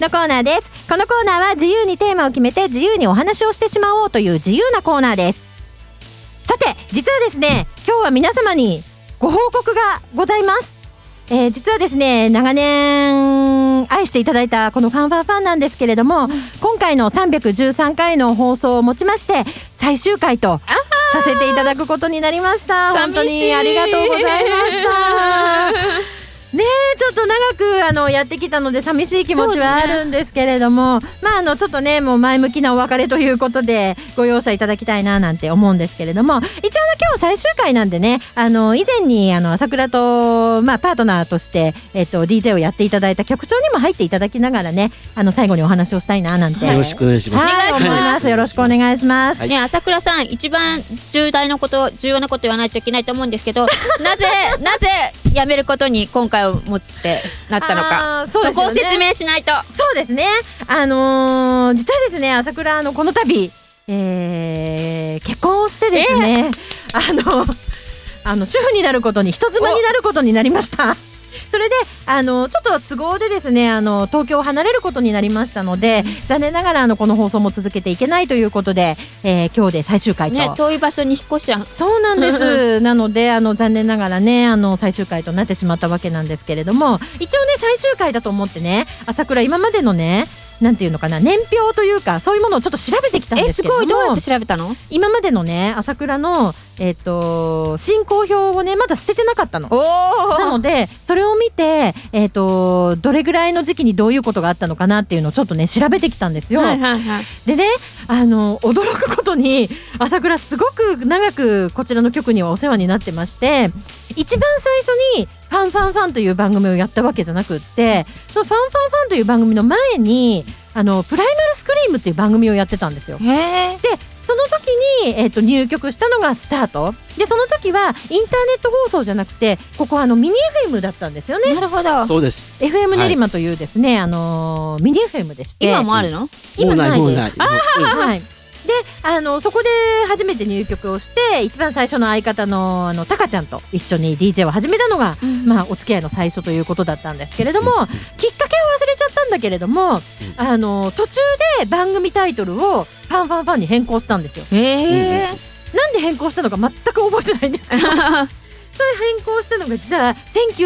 のコーナーです。このコーナーは自由にテーマを決めて自由にお話をしてしまおうという自由なコーナーです。さて、実はですね、今日は皆様にご報告がございます。実はですね、長年愛していただいたこのファンなんですけれども、今回の313回の放送をもちまして最終回とさせていただくことになりました。本当にありがとうございましたね。ちょっと長くやってきたので寂しい気持ちはあるんですけれども、ちょっとね、もう前向きなお別れということでご容赦いただきたいななんて思うんですけれども、一応今日最終回なんでね、以前に朝倉と、パートナーとして、DJ をやっていただいた局長にも入っていただきながらね、最後にお話をしたいななんて、 よろしくお願いします。 はい、思います。よろしくお願いします。 ね、朝倉さん、一番重要なこと言わないといけないと思うんですけど、なぜ辞めることに今回を持ってなったのか、そこを説明しないと。 そうですね。実はですね、朝倉この度、結婚をしてですね、主婦になることに、人妻になることになりました。それでちょっと都合でですね、東京を離れることになりましたので、残念ながらこの放送も続けていけないということで、今日で最終回と、 ね、遠い場所に引っ越しちゃう。 そうなんですなので残念ながらね、最終回となってしまったわけなんですけれども、一応ね、最終回だと思ってね、朝倉今までのね、なんていうのかな、年表というかそういうものをちょっと調べてきたんですけども。 すごい、どうやって調べたの？ 今までのね、朝倉の進行表をね、まだ捨ててなかったの。なのでそれを見て、どれぐらいの時期にどういうことがあったのかなっていうのをちょっとね調べてきたんですよ。でね、驚くことに朝倉すごく長くこちらの局にはお世話になってまして、一番最初にファンという番組をやったわけじゃなくって、そのファンという番組の前にプライマルスクリームっていう番組をやってたんですよ。でその時に、入局したのがスタートで、その時はインターネット放送じゃなくて、ここミニ FM だったんですよね。 なるほど。 そうです。 FM 練馬というですね、ミニ FM でして、 今もあるの？ 今ないです。 もうない。 はい。でそこで初めて入局をして、一番最初の相方のタカちゃんと一緒に DJ を始めたのが、お付き合いの最初ということだったんですけれども、きっかけを忘れちゃったんだけれども、途中で番組タイトルをファンに変更したんですよ。なんで変更したのか全く覚えてないんですけどそれ変更したのが実は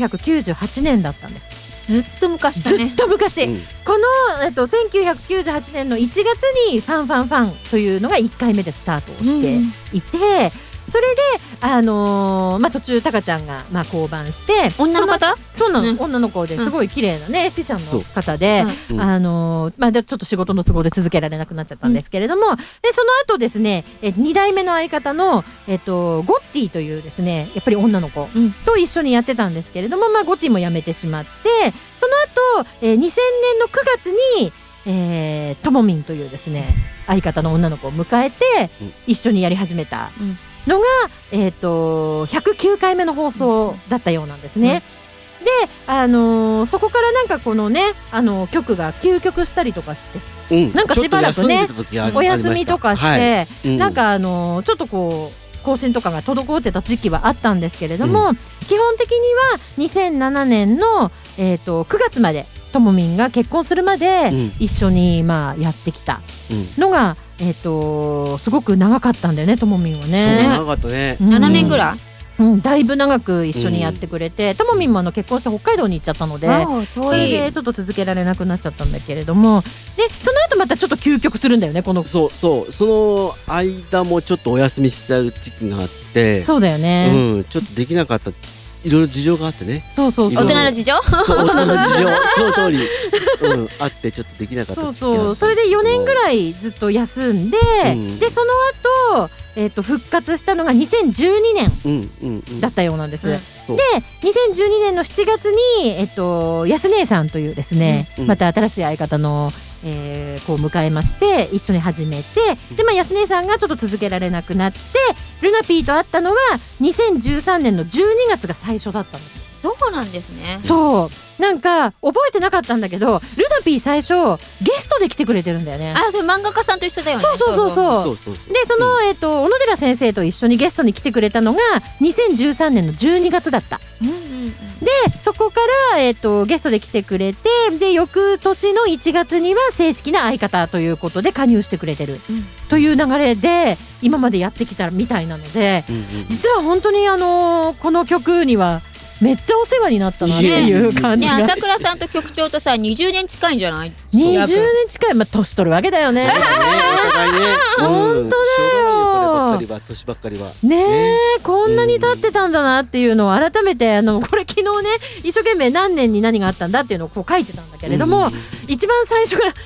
1998年だったんです。 ずっと昔だね。 ずっと昔、この、1998年の1月にファンというのが1回目でスタートをしていて、それで途中タカちゃんが降板して、 女の方？ そうなの、女の子ですごい綺麗なね、エスティシャンの方で、でちょっと仕事の都合で続けられなくなっちゃったんですけれども、でその後ですね、2代目の相方のゴッティというですね、やっぱり女の子と一緒にやってたんですけれども、ゴッティも辞めてしまって、その後、2000年の9月にともみんというですね、相方の女の子を迎えて一緒にやり始めたのが、109回目の放送だったようなんですね。で、そこからなんかこのね、局が休局したりとかして、なんかしばらくね、お休みとかして、なんかちょっとこう更新とかが滞ってた時期はあったんですけれども、基本的には2007年の、9月までともみんが結婚するまで一緒にやってきたのが、すごく長かったんだよね、ともみんはね。 そう長かったね。 7年ぐらい。 だいぶ長く一緒にやってくれて、ともみんも結婚して北海道に行っちゃったので、それでちょっと続けられなくなっちゃったんだけれども、でその後またちょっと休局するんだよね、この。 その間もちょっとお休みしてた時期があって、 そうだよね、 ちょっとできなかった、いろいろ事情があってね。 大人の事情大人の事情その通り、あってちょっとできなかった時期があって、 それで4年ぐらいずっと休んで、でその後復活したのが2012年だったようなんです。で2012年の7月に、安姉さんというですね、また新しい相方の、子を迎えまして一緒に始めて、で安姉さんがちょっと続けられなくなって、ルナピーと会ったのは2013年の12月が最初だったんです。 そうなんですね。 そうなんか覚えてなかったんだけど、ルナピー最初ゲストで来てくれてるんだよね。 それ漫画家さんと一緒だよね。 そうでその、小野寺先生と一緒にゲストに来てくれたのが2013年の12月だった。 そこから、ゲストで来てくれて、で翌年の1月には正式な相方ということで加入してくれてる、という流れで今までやってきたみたいなので、実は本当にこの曲にはめっちゃお世話になったなっていう感じが、 朝倉さんと局長とさ20年近いんじゃない ？20年近い、年取るわけだよね。本当だよ。 こればっかりは年ばっかりはねえ、こんなに経ってたんだなっていうのを改めてこれ昨日ね一生懸命何年に何があったんだっていうのをこう書いてたんだけれども、一番最初が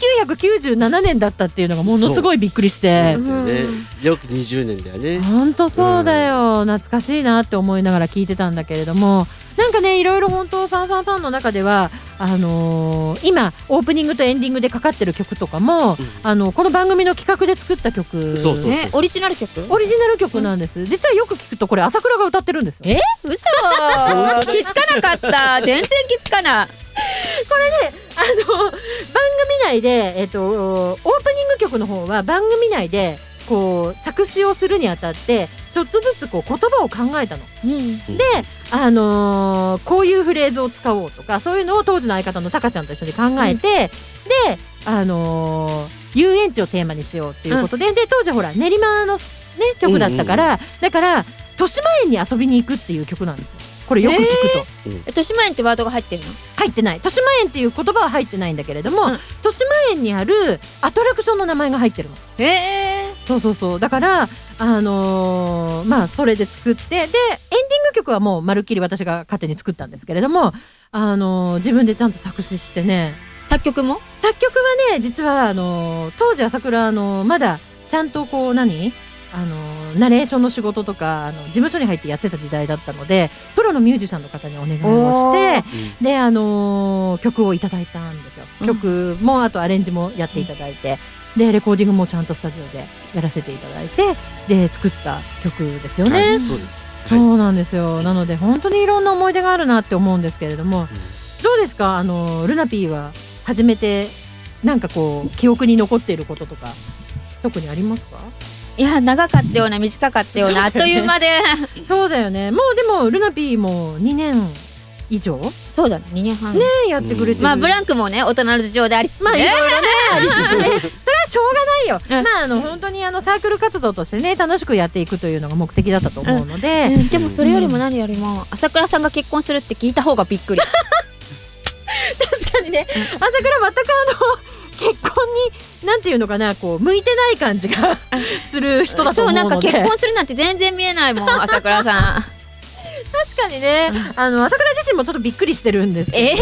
1997年だったっていうのがものすごいびっくりして、 よく20年だよね。 本当そうだよ、懐かしいなって思いながら聞いてたんだけれども、なんかねいろいろ本当ファンの中では今オープニングとエンディングでかかってる曲とかも、この番組の企画で作った曲、 オリジナル曲？ オリジナル曲なんです。実はよく聞くとこれ朝倉が歌ってるんですよ。 嘘気づかなかった。全然気づかない。これね番組内で、オープニング曲の方は番組内でこう作詞をするにあたってちょっとずつこう言葉を考えたの、で、こういうフレーズを使おうとかそういうのを当時の相方のタカちゃんと一緒に考えて、で、遊園地をテーマにしようっていうことで、で当時ほら練馬の、ね、曲だったから、だから豊島園に遊びに行くっていう曲なんですよ。これよく聞くと、 豊島園ってワードが入ってるの？ 入ってない。豊島園っていう言葉は入ってないんだけれども、豊島園にあるアトラクションの名前が入ってるの。そうだからそれで作って、でエンディング曲はもうまるっきり私が勝手に作ったんですけれども、自分でちゃんと作詞してね。 作曲はね実は当時朝倉まだちゃんとこうナレーションの仕事とか事務所に入ってやってた時代だったので、プロのミュージシャンの方にお願いをして、で曲をいただいたんですよ。曲もあとアレンジもやっていただいて、でレコーディングもちゃんとスタジオでやらせていただいて、で作った曲ですよね。そうなんですよ。なので本当にいろんな思い出があるなって思うんですけれども、どうですかルナピーは初めてなんかこう記憶に残っていることとか特にありますか？ いや長かったような短かったような、あっという間でそうだよね。もうでもルナピーも2年以上、 そうだね、2年半ねやってくれてる、 ブランクもね大人の事情でありつつね、いろいろねありつつねそれはしょうがないよ、本当にサークル活動としてね楽しくやっていくというのが目的だったと思うので、 でもそれよりも何よりも朝倉さんが結婚するって聞いた方がびっくり確かにね、朝倉全く結婚になんていうのかな、こう向いてない感じがする人だと思うので、 そう、なんか結婚するなんて全然見えないもん朝倉さん確かにね、朝倉自身もちょっとびっくりしてるんですけ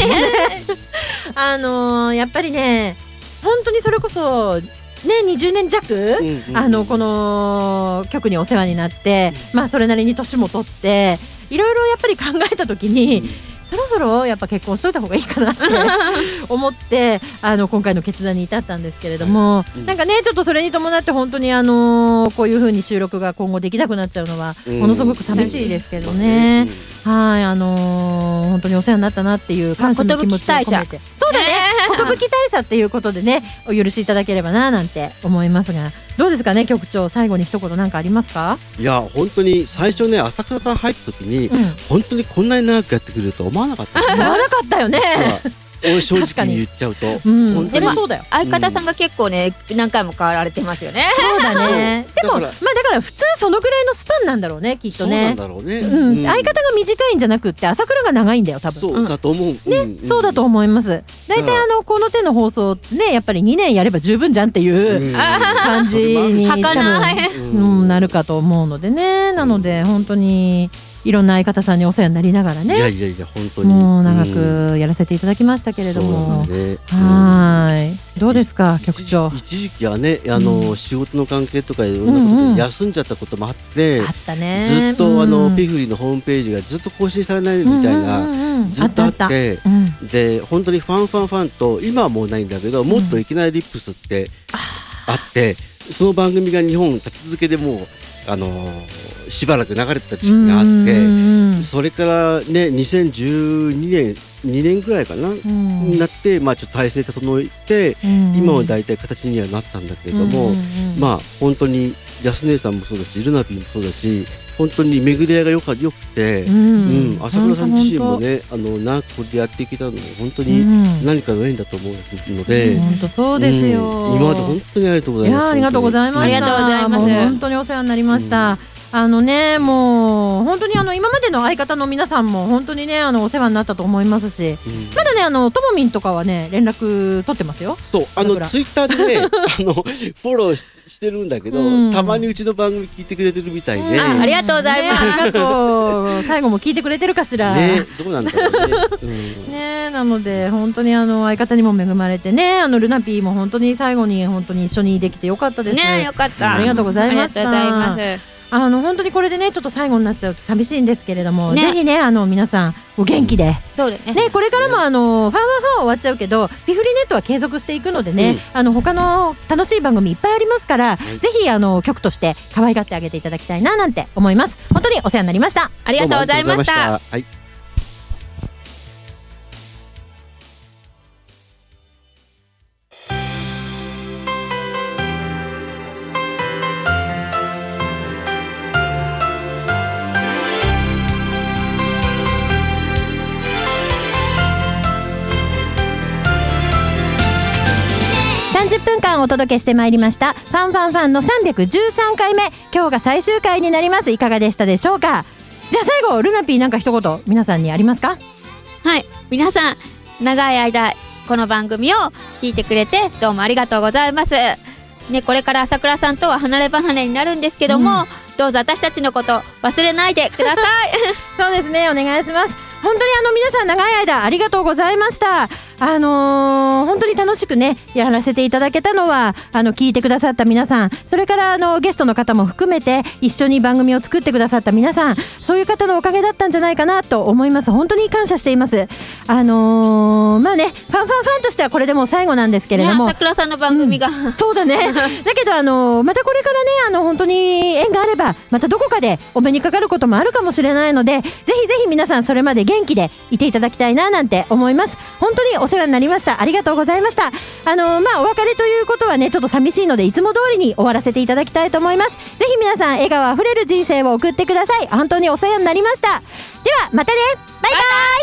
ど、やっぱりね本当にそれこそね20年弱、この曲にお世話になって、それなりに年も取っていろいろやっぱり考えた時に、そろそろやっぱ結婚しといた方がいいかなって思って今回の決断に至ったんですけれども、なんかねちょっとそれに伴って本当にこういう風に収録が今後できなくなっちゃうのはものすごく寂しいですけどね、本当にお世話になったなっていう感謝の気持ちを込めて、そうだね、寿大社っていうことでねお許しいただければななんて思いますが、どうですかね局長、最後に一言何かありますか？ いや本当に最初ね朝倉さん入った時に、本当にこんなに長くやってくれると思わなかった思わなかったよね俺正直に言っちゃうと、 でも相方さんが結構ね何回も変わられてますよね。 そうだねでもだから普通そのぐらいのスパンなんだろうねきっとね。 そうなんだろうね、 相方が短いんじゃなくって朝倉が長いんだよ多分。 そうだと思うね、そうだと思います。大体この手の放送ねやっぱり2年やれば十分じゃんっていう感じに多分なるかと思うのでね。なので本当にいろんな相方さんにお世話になりながらね、 いや本当にもう長くやらせていただきましたけれども、どうですか局長。 一時期はね仕事の関係とかいろんなことで休んじゃったこともあって、 あったね、 ずっとピフリのホームページがずっと更新されないみたいなずっとあって、で本当にファンと今はもうないんだけど、もっといきなりリップスってあって、その番組が日本立ち続けでもうしばらく流れてた時期があって、それからね2012年2年ぐらいかな、になって、ちょっと体制整えて、今はだいたい形にはなったんだけれども、本当に安姉さんもそうだしルナピーもそうだし本当に巡り合いがよくて、朝倉さん自身もね長くこれでやっていけたのも本当に何かの縁だと思うので、 本当そうですよ、 今まで本当にありがとうございます。 ありがとうございました。 ありがとうございます。 本当にお世話になりました。もう本当に今までの相方の皆さんも本当にねお世話になったと思いますし、まだねともみんとかはね連絡取ってますよ。 そうツイッターでねフォローしてるんだけど、たまにうちの番組聞いてくれてるみたいで、 ありがとうございます。 ありがとう。最後も聞いてくれてるかしら。 ね、どうなんだろうね。 ね、なので本当に相方にも恵まれてね、ルナピーも本当に最後に本当に一緒にできてよかったです。 ね、よかった。 ありがとうございました。 ありがとうございます。 本当にこれでねちょっと最後になっちゃうと寂しいんですけれども、ぜひね皆さんお元気で、 そうですね、これからもファンは終わっちゃうけどピフリネットは継続していくのでね、他の楽しい番組いっぱいありますから、ぜひ局として可愛がってあげていただきたいななんて思います。本当にお世話になりました。 ありがとうございました。 はい。 30分間お届けしてまいりましたファンファンファンの313回目、今日が最終回になります。いかがでしたでしょうか。じゃあ最後ルナピーなんか一言皆さんにありますか。 はい、皆さん長い間この番組を聞いてくれてどうもありがとうございます、ね、これから朝倉さんとは離れ離れになるんですけども、どうぞ私たちのこと忘れないでくださいそうですね、お願いします。本当に皆さん長い間ありがとうございました。本当に楽しくねやらせていただけたのは聞いてくださった皆さん、それからゲストの方も含めて一緒に番組を作ってくださった皆さん、そういう方のおかげだったんじゃないかなと思います。本当に感謝しています。まあねファンとしてはこれでもう最後なんですけれども、 朝倉さんの番組が、 そうだねだけどまたこれからね本当に縁があればまたどこかでお目にかかることもあるかもしれないので、ぜひぜひ皆さんそれまで元気でいていただきたいななんて思います。本当にお世話になりました。ありがとうございました。お別れということはねちょっと寂しいのでいつも通りに終わらせていただきたいと思います。ぜひ皆さん笑顔あふれる人生を送ってください。本当にお世話になりました。ではまたね、バイバイ。